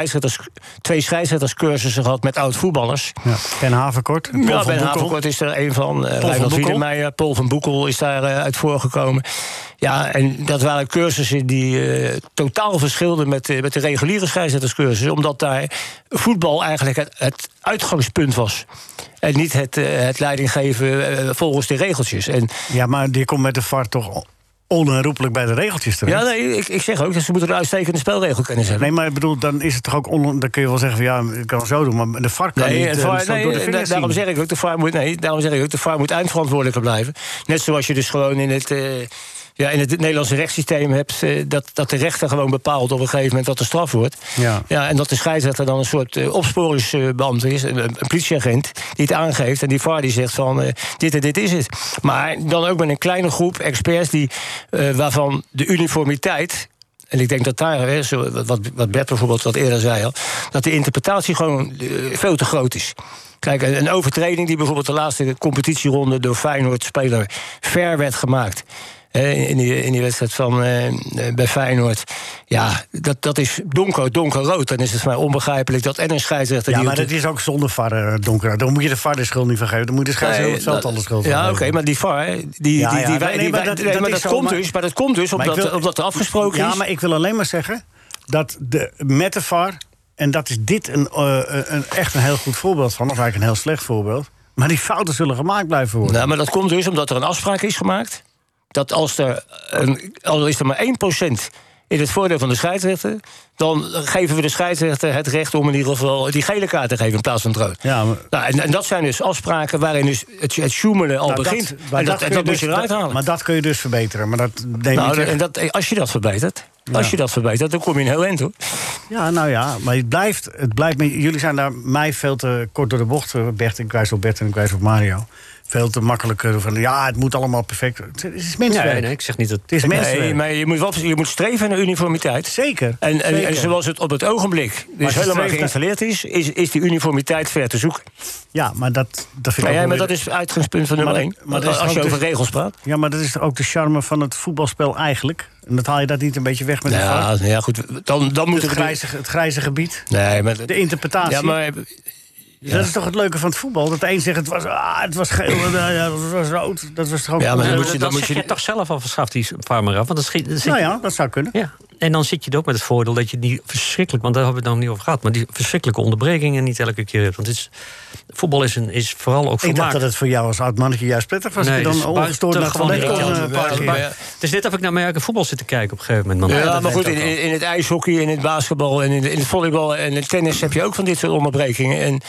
Speaker 4: 2 scheidsrechterscursussen gehad met oud-voetballers.
Speaker 3: Ja. Ben Haverkort?
Speaker 4: Ben Haverkort is er een van. Reinhard Wiedemeijer, Paul van Boekel is daar uit voorgekomen. Ja, en dat waren cursussen die totaal verschilden met de reguliere scheidsrechterscursussen. Omdat daar voetbal eigenlijk het uitgangspunt was. En niet het leiding geven volgens de regeltjes.
Speaker 3: Ja, maar die komt met de VAR toch onherroepelijk bij de regeltjes terecht?
Speaker 4: Ja, nee, ik zeg ook dat ze moeten een uitstekende spelregelkennis hebben.
Speaker 3: Nee, maar ik bedoel, dan is het toch ook dan kun je wel zeggen van ja, ik kan het zo doen, maar de VAR kan niet door de vingers
Speaker 4: daarom zeg ik ook, de VAR moet eindverantwoordelijker blijven. Net zoals je dus gewoon in het Nederlandse rechtssysteem hebt... dat de rechter gewoon bepaalt op een gegeven moment wat de straf wordt. Ja, en dat de scheidsrechter dan een soort opsporingsbeambte is... een politieagent die het aangeeft... en die VAR die zegt van dit en dit is het. Maar dan ook met een kleine groep experts... waarvan de uniformiteit... en ik denk dat daar, wat Bert bijvoorbeeld wat eerder zei al... dat de interpretatie gewoon veel te groot is. Kijk, een overtreding die bijvoorbeeld de laatste competitieronde... door Feyenoord-speler ver werd gemaakt... In die wedstrijd bij Feyenoord. Ja, dat is donkerrood. Dan is het voor mij onbegrijpelijk dat en een scheidsrechter...
Speaker 3: Ja, maar dat is ook zonder VAR donkerrood. Dan moet je de VAR de schuld niet van geven. Dan moet je de scheidsrechter zelf alle schuld van geven.
Speaker 4: Ja, oké, maar die VAR... dat komt dus omdat er afgesproken is...
Speaker 3: Ja, maar ik wil alleen maar zeggen... dat met de VAR... en dat is dit echt een heel goed voorbeeld van... of eigenlijk een heel slecht voorbeeld... maar die fouten zullen gemaakt blijven worden.
Speaker 4: Nou, maar dat komt dus omdat er een afspraak is gemaakt... dat al is er maar 1% in het voordeel van de scheidsrechter... dan geven we de scheidsrechter het recht om in ieder geval die gele kaart te geven in plaats van het rood. Ja, maar... en dat zijn dus afspraken waarin dus het sjoemelen al begint. Dat moet je eruit halen.
Speaker 3: Maar dat kun je dus verbeteren. Maar dat
Speaker 4: als je dat verbetert... Als je dat verbetert, dan kom je in heel eind, hoor.
Speaker 3: Ja, nou ja, maar het blijft jullie zijn daar mij veel te kort door de bocht, Bert. Ik wijs op Bert en ik wijs op Mario. Veel te makkelijk van, ja, het moet allemaal perfect. Het is menswerk.
Speaker 5: Nee, ik zeg niet dat
Speaker 3: het is menswerk.
Speaker 4: Nee, maar je moet streven naar uniformiteit.
Speaker 3: Zeker.
Speaker 4: En zoals het op het ogenblik dus helemaal geïnstalleerd is die uniformiteit ver te zoeken.
Speaker 3: Ja, maar dat vind ik
Speaker 4: maar dat is het uitgangspunt van nummer 1. Als je over regels praat.
Speaker 3: Ja, maar dat is ook de charme van het voetbalspel eigenlijk. En dat haal je dat niet een beetje weg met de VAR?
Speaker 4: Ja, goed. Dan moet
Speaker 3: het grijze gebied.
Speaker 4: Nee, maar
Speaker 3: de interpretatie.
Speaker 4: Ja, maar...
Speaker 3: Ja. Dat is toch het leuke van het voetbal? Dat de een zegt het was geel, het was rood. Dat was toch ook...
Speaker 5: Ja, maar dan moet je toch zelf al verschaft die VAR maar af. Want
Speaker 3: dat zou kunnen.
Speaker 5: Ja. En dan zit je er ook met het voordeel dat je die verschrikkelijk... want daar hebben we het nog niet over gehad... maar die verschrikkelijke onderbrekingen niet elke keer hebt. Want voetbal is vooral ook vermaak.
Speaker 3: Ik dacht dat het voor jou als oud mannetje juist prettig was...
Speaker 5: Nee,
Speaker 3: dat je dan ongestoord naar het toilet kon.
Speaker 5: Het is net of ik naar Amerika voetbal zit te kijken op een gegeven moment.
Speaker 4: Ja, maar goed, in het ijshockey, in het basketbal... en in het volleybal en in het tennis heb je ook van dit soort onderbrekingen. En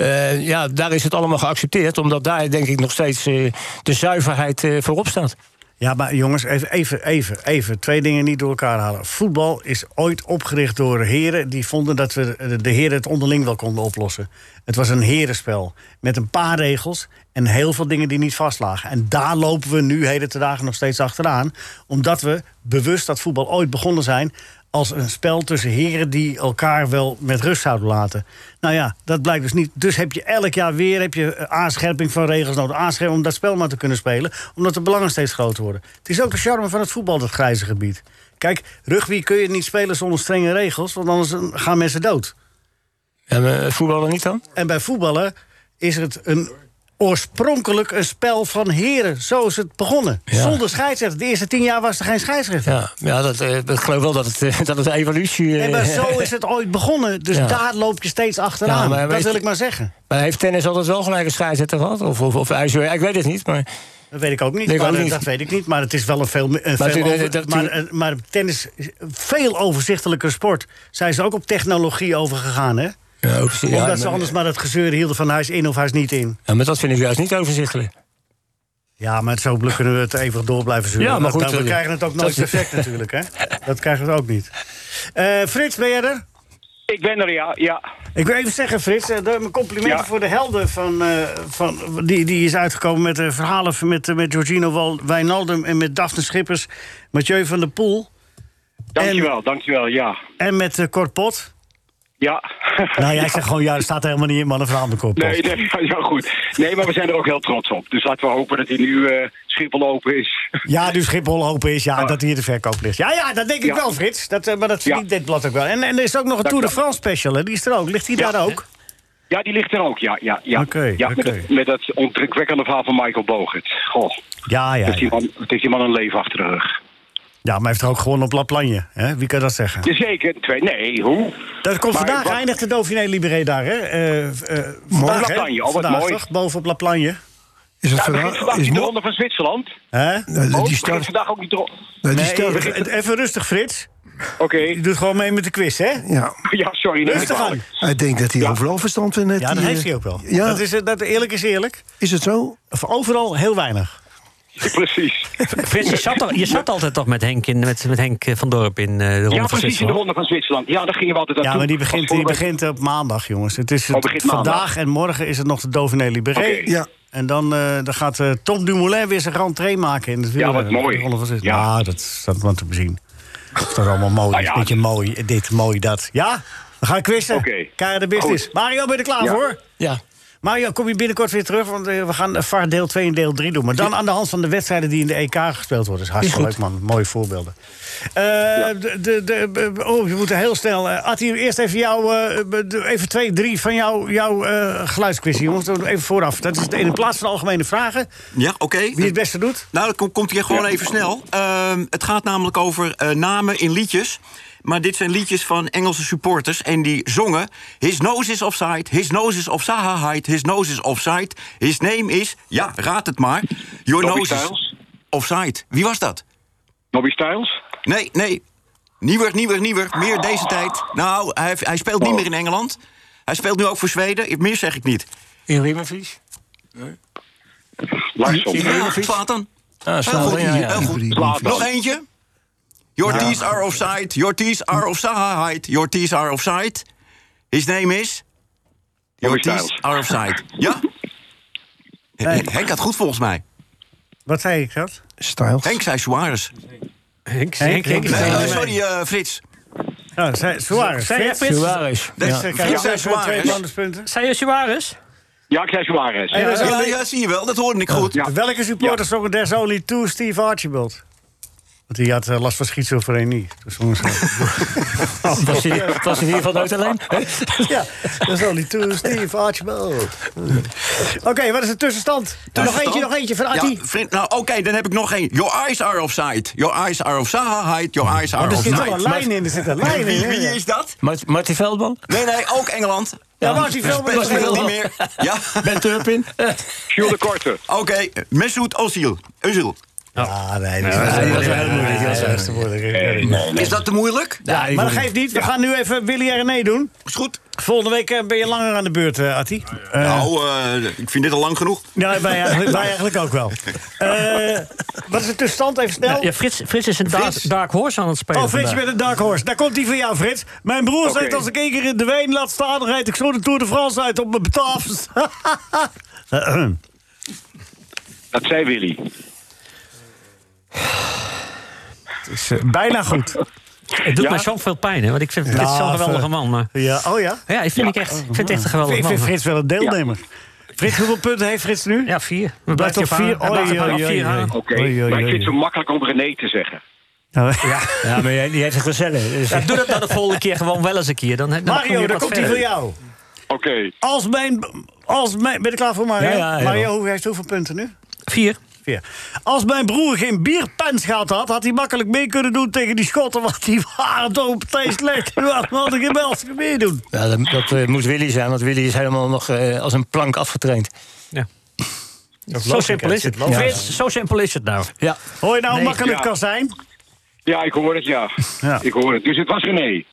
Speaker 4: daar is het allemaal geaccepteerd... omdat daar denk ik nog steeds de zuiverheid voorop staat.
Speaker 3: Ja, maar jongens, even 2 dingen niet door elkaar halen. Voetbal is ooit opgericht door heren... die vonden dat we de heren het onderling wel konden oplossen. Het was een herenspel met een paar regels... en heel veel dingen die niet vastlagen. En daar lopen we nu heden te dagen nog steeds achteraan... omdat we bewust dat voetbal ooit begonnen zijn... als een spel tussen heren die elkaar wel met rust zouden laten. Nou ja, dat blijkt dus niet. Dus heb je elk jaar weer aanscherping van regels nodig. Aanscherping om dat spel maar te kunnen spelen. Omdat de belangen steeds groter worden. Het is ook de charme van het voetbal, dat grijze gebied. Kijk, rugby kun je niet spelen zonder strenge regels... want anders gaan mensen dood.
Speaker 4: En voetballen niet dan?
Speaker 3: En bij voetballen is het oorspronkelijk een spel van heren. Zo is het begonnen.
Speaker 4: Ja.
Speaker 3: Zonder scheidsrechter. De eerste 10 jaar was er geen scheidsrechter.
Speaker 4: Ja, ik geloof wel dat het een evolutie...
Speaker 3: Nee, maar zo is het ooit begonnen. Dus daar loop je steeds achteraan.
Speaker 4: Ja,
Speaker 3: dat wil ik maar zeggen.
Speaker 4: Maar heeft tennis altijd wel gelijk een scheidsrechter gehad? Of ijzer? Ik weet het niet, maar...
Speaker 3: Dat weet ik ook niet. Dat weet ik niet. Maar het is wel maar tennis is een veel overzichtelijker sport. Zijn ze ook op technologie overgegaan, hè?
Speaker 4: Ja,
Speaker 3: omdat ze anders maar het gezeur hielden van hij is in of hij is niet in.
Speaker 4: Ja, maar dat vind ik juist niet overzichtelijk.
Speaker 3: Ja, maar zo kunnen we het even door blijven zeuren.
Speaker 4: Ja, maar goed,
Speaker 3: we krijgen het ook nooit perfect natuurlijk, hè? Dat krijgen we ook niet. Frits, ben jij er?
Speaker 9: Ik ben er, ja.
Speaker 3: Ik wil even zeggen, Frits, mijn complimenten voor de helden die is uitgekomen met verhalen met Georgino Wijnaldum en met Daphne Schippers, Mathieu van der Poel.
Speaker 9: Dankjewel, ja.
Speaker 3: En met Cor Pot.
Speaker 9: Ja.
Speaker 3: Nou, jij zegt gewoon, dat staat er helemaal niet in, man, een verhaal met Cor Pot.
Speaker 9: Nee, ja, goed. Nee, maar we zijn er ook heel trots op. Dus laten we hopen dat hij nu Schiphol open is.
Speaker 3: Ja, nu Schiphol open is, dat hij in de verkoop ligt. Ja, dat denk ik wel, Frits. Maar dat verdient dit blad ook wel. En er is ook nog een Tour de France special, hè? Die is er ook. Ligt die daar ook?
Speaker 9: Ja, die ligt er ook, ja.
Speaker 3: Oké.
Speaker 9: Met dat ontrukwekkende verhaal van Michael Bogert. Goh.
Speaker 3: Ja.
Speaker 9: Het heeft die man een leven achter de rug.
Speaker 3: Ja, maar hij heeft er ook gewoon op La Plagne, hè? Wie kan dat zeggen?
Speaker 9: Jazeker. Nee, hoe?
Speaker 3: Dat komt vandaag, eindigt de Dauphiné Libéré daar, hè?
Speaker 9: Vandaag, La Plagne, wat
Speaker 3: vandaag,
Speaker 9: mooi.
Speaker 3: Toch? Boven op La Plagne.
Speaker 6: Is het
Speaker 9: vandaag de ronde van Zwitserland?
Speaker 6: Die start
Speaker 9: vandaag ook niet de
Speaker 3: even rustig, Frits.
Speaker 9: Oké.
Speaker 3: Je doet gewoon mee met de quiz, hè?
Speaker 6: Ja,
Speaker 9: sorry.
Speaker 3: Rustig aan.
Speaker 6: hij denkt dat hij overal verstand van heeft.
Speaker 3: Ja, dat heeft hij ook wel.
Speaker 6: Ja.
Speaker 3: Dat eerlijk is eerlijk.
Speaker 6: Is het zo?
Speaker 3: Of overal heel weinig.
Speaker 9: Precies.
Speaker 5: Frits, je zat altijd toch met Henk, met Henk van Dorp in de ronde van Zwitserland?
Speaker 9: Ja, precies, in de ronde van Zwitserland. Ja, daar gingen we altijd naartoe.
Speaker 3: Ja, maar die begint op maandag, jongens. Het is vandaag en morgen is het nog de Dauphiné Libéré.
Speaker 9: Okay.
Speaker 6: Ja.
Speaker 3: En dan gaat Tom Dumoulin weer zijn rentrée maken in het wielrennen.
Speaker 9: Ja, wat mooi.
Speaker 3: Ja, dat staat wel te bezien. Dat is toch allemaal mooi. Een beetje mooi, dit, mooi, dat. Ja, we gaan quizzen. Kijk de business.
Speaker 9: Goed.
Speaker 3: Mario, ben je er klaar voor?
Speaker 4: Ja.
Speaker 3: Mario, kom je binnenkort weer terug, want we gaan VAR deel 2 en deel 3 doen. Maar dan aan de hand van de wedstrijden die in de EK gespeeld worden. Dat is hartstikke leuk, man. Mooie voorbeelden. Je moet heel snel. Attie, eerst even even 2, 3 van jouw geluidsquiz. Jongens, even vooraf. Dat is in plaats van algemene vragen.
Speaker 8: Ja, oké.
Speaker 3: Wie het beste doet?
Speaker 8: Nou, dat komt hier gewoon even snel. Het gaat namelijk over namen in liedjes. Maar dit zijn liedjes van Engelse supporters. En die zongen... His nose is offside, his nose is offside, his nose is offside. His name is... Ja, raad het maar. Your
Speaker 9: Nobby
Speaker 8: nose
Speaker 9: Styles?
Speaker 8: is offside. Wie was dat?
Speaker 9: Nobby Styles?
Speaker 8: Nee. Nieuwer. Meer deze tijd. Nou, hij speelt niet meer in Engeland. Hij speelt nu ook voor Zweden. Meer zeg ik niet.
Speaker 4: In Rimmervlies?
Speaker 9: Larsson.
Speaker 8: Ja, Zlatan.
Speaker 4: Ah, Zlatan,
Speaker 8: Heel goed.
Speaker 9: Zlatan.
Speaker 8: Nog eentje. Your T's are offside. Your T's are offside. Your T's are offside. His name is... Your
Speaker 9: Nobby
Speaker 8: T's
Speaker 9: Styles.
Speaker 8: are offside. Ja? Henk had goed volgens mij.
Speaker 3: Wat zei ik dat?
Speaker 6: Styles.
Speaker 8: Henk zei Suarez.
Speaker 5: Henk.
Speaker 8: Sorry, Frits.
Speaker 3: Suarez.
Speaker 5: Zei je Frits?
Speaker 4: Suarez.
Speaker 8: Frits zei Suarez.
Speaker 3: Zei
Speaker 5: je Suarez?
Speaker 9: Ja, ik zei Suarez.
Speaker 8: Ja, zie je wel. Dat hoorde ik goed.
Speaker 9: Ja.
Speaker 3: Welke supporters zongen There's Only Two Steve Archibald? Want die had last van schizofrenie. Dus was
Speaker 4: hij in ieder geval nooit alleen?
Speaker 3: Ja, There's Only Two Steve Archibald. Oké, wat is de tussenstand? Nog eentje van Atti.
Speaker 8: Ja, oké, dan heb ik nog één. Your eyes are offside. Your eyes are offside. Your eyes are offside.
Speaker 3: Er zit wel een lijn in.
Speaker 8: Wie is dat?
Speaker 4: Marty Veldman?
Speaker 8: Nee, ook Engeland.
Speaker 3: Ja, Marty Veldman
Speaker 8: speelt niet meer. Ja.
Speaker 4: Ben Turpin?
Speaker 9: Jules de Korte.
Speaker 8: Oké, Mesut Özil.
Speaker 3: Ja, nee, dat was heel moeilijk.
Speaker 8: Is dat te moeilijk?
Speaker 3: Ja, maar dat geeft niet. We gaan nu even Willy en René doen.
Speaker 8: Is goed.
Speaker 3: Volgende week ben je langer aan de beurt, Atti.
Speaker 8: Ik vind dit al lang genoeg.
Speaker 3: Ja, wij eigenlijk ook wel. Wat is de tussenstand? Even snel.
Speaker 5: Ja, Frits is een dark horse aan het spelen.
Speaker 3: Oh, Frits, je bent een dark horse. Daar komt die van jou, Frits. Mijn broer zegt als ik 1 keer in de Ween laat staan, dan rijd ik zo de Tour de France uit op mijn betafels.
Speaker 9: Dat zei Willy.
Speaker 3: Het is bijna goed.
Speaker 5: Het doet mij zo veel pijn, hè? Want ik vind Frits zo'n geweldige man. Maar...
Speaker 3: Ja, oh ja?
Speaker 5: Ja, ik vind het echt een geweldige man.
Speaker 3: Ik vind Frits wel een deelnemer. Frits, hoeveel punten heeft Frits nu?
Speaker 5: Ja, 4.
Speaker 3: We blijven op 4.
Speaker 9: Oké, maar ik vind het zo makkelijk om René te zeggen.
Speaker 4: Ja, maar die heeft het gezellig. Dus...
Speaker 5: Ja, doe dat nou de volgende keer gewoon wel eens een keer. Dan
Speaker 3: Mario, daar komt hij voor jou.
Speaker 9: Oké.
Speaker 3: Ben je klaar voor Mario?
Speaker 4: Ja,
Speaker 3: Mario, hoe heeft hoeveel punten nu?
Speaker 5: 4.
Speaker 3: 4. Als mijn broer geen bierpens gehad had hij makkelijk mee kunnen doen tegen die Schotten. Want die waren toch op partij slecht. Wat had ik in België meedoen?
Speaker 4: Ja, dat moet Willy zijn, want Willy is helemaal nog als een plank afgetraind.
Speaker 5: Ja. Zo simpel is het. Frits, zo simpel is het nou.
Speaker 4: Ja.
Speaker 3: Hoor je nou hoe
Speaker 9: Nee,
Speaker 3: makkelijk het
Speaker 9: ja.
Speaker 3: kan zijn?
Speaker 9: Ja, ik hoor het, ja. Ik hoor het. Dus het was René.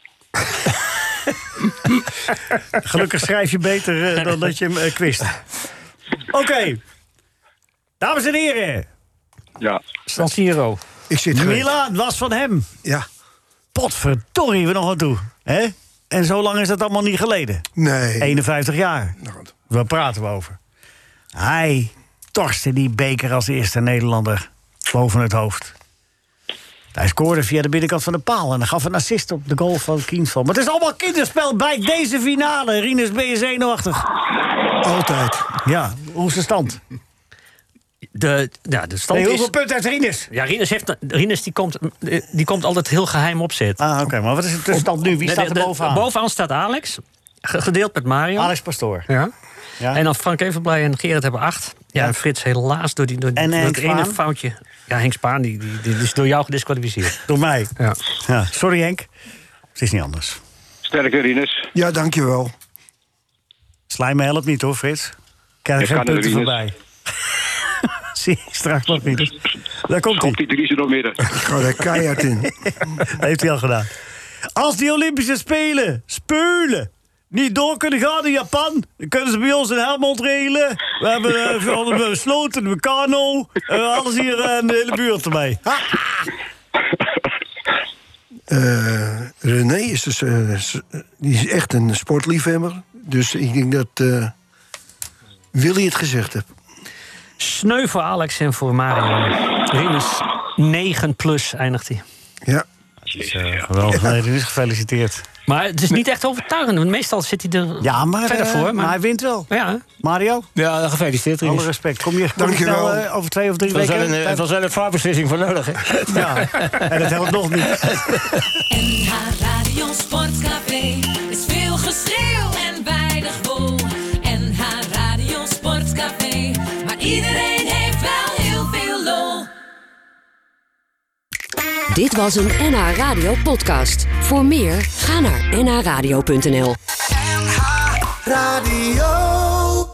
Speaker 3: Gelukkig schrijf je beter dan dat je hem quist. Oké. Dames en heren.
Speaker 9: Ja.
Speaker 5: San Siro.
Speaker 6: Ik zit gereed.
Speaker 3: Milaan was van hem.
Speaker 6: Ja.
Speaker 3: Potverdorie, we nog aan toe. Hè? En zo lang is dat allemaal niet geleden.
Speaker 6: Nee.
Speaker 3: 51 jaar. Waar praten we over? Hij torste die beker als eerste Nederlander boven het hoofd. Hij scoorde via de binnenkant van de paal en gaf een assist op de goal van Kienval. Maar het is allemaal kinderspel bij deze finale. Rinus, ben je zenuwachtig?
Speaker 6: Altijd.
Speaker 3: Ja, hoe is de stand?
Speaker 5: De stand
Speaker 3: Hoeveel
Speaker 5: is...
Speaker 3: punten heeft Rinus?
Speaker 5: Ja, Rinus die komt altijd heel geheim opzetten.
Speaker 3: Ah, oké. Maar wat is de stand nu? Wie staat er bovenaan?
Speaker 5: Bovenaan staat Alex. Gedeeld met Mario.
Speaker 3: Alex Pastoor.
Speaker 5: Ja.
Speaker 3: Ja.
Speaker 5: En dan Frank Evenblij en Gerard hebben 8. Ja, en Frits helaas door
Speaker 3: En
Speaker 5: dat
Speaker 3: Henk
Speaker 5: ene
Speaker 3: Spaan?
Speaker 5: foutje. Ja, Henk Spaan die is door jou gedisqualificeerd.
Speaker 3: Door mij.
Speaker 5: Ja.
Speaker 3: Sorry Henk. Het is niet anders.
Speaker 9: Sterke Rinus.
Speaker 6: Ja, dankjewel.
Speaker 3: Slijmen helpt niet hoor, Frits. Ik krijg
Speaker 9: Ik
Speaker 3: geen
Speaker 9: ga naar de
Speaker 3: punten
Speaker 9: Rinus.
Speaker 3: voorbij. Zie je straks nog niet. Daar komt hij.
Speaker 9: Schop die Dries er door midden.
Speaker 6: Ik ga er keihard in.
Speaker 3: Heeft hij al gedaan. Als die Olympische Spelen niet door kunnen gaan in Japan, dan kunnen ze bij ons in Helmond regelen. We hebben besloten, de Kano, alles hier in de hele buurt erbij.
Speaker 6: René is dus, die is echt een sportliefhebber. Dus ik denk dat Willy het gezegd heeft.
Speaker 5: Sneu voor Alex en voor Mario. Rinus 9+ eindigt hij.
Speaker 6: Ja.
Speaker 3: Geweldig, nee, dit is gefeliciteerd.
Speaker 5: Maar het is niet echt overtuigend. Want meestal zit hij er
Speaker 3: Ja, maar,
Speaker 5: verder voor.
Speaker 3: maar hij wint wel.
Speaker 5: Ja.
Speaker 3: Mario,
Speaker 4: Ja, gefeliciteerd, Rinus.
Speaker 3: alle respect. Kom je
Speaker 6: Dankjewel.
Speaker 3: snel over 2 of 3
Speaker 4: Er
Speaker 3: weken?
Speaker 4: was wel een vaarbeslissing voor nodig, hè?
Speaker 3: Ja, en dat helpt nog niet.
Speaker 10: NH Radio Sportcafé is veel geschreeuw en weinig wol. NH Radio Sportcafé, maar iedereen heeft wel heel veel lol.
Speaker 1: Dit was een NH Radio podcast. Voor meer, ga naar nhradio.nl.
Speaker 11: NH Radio.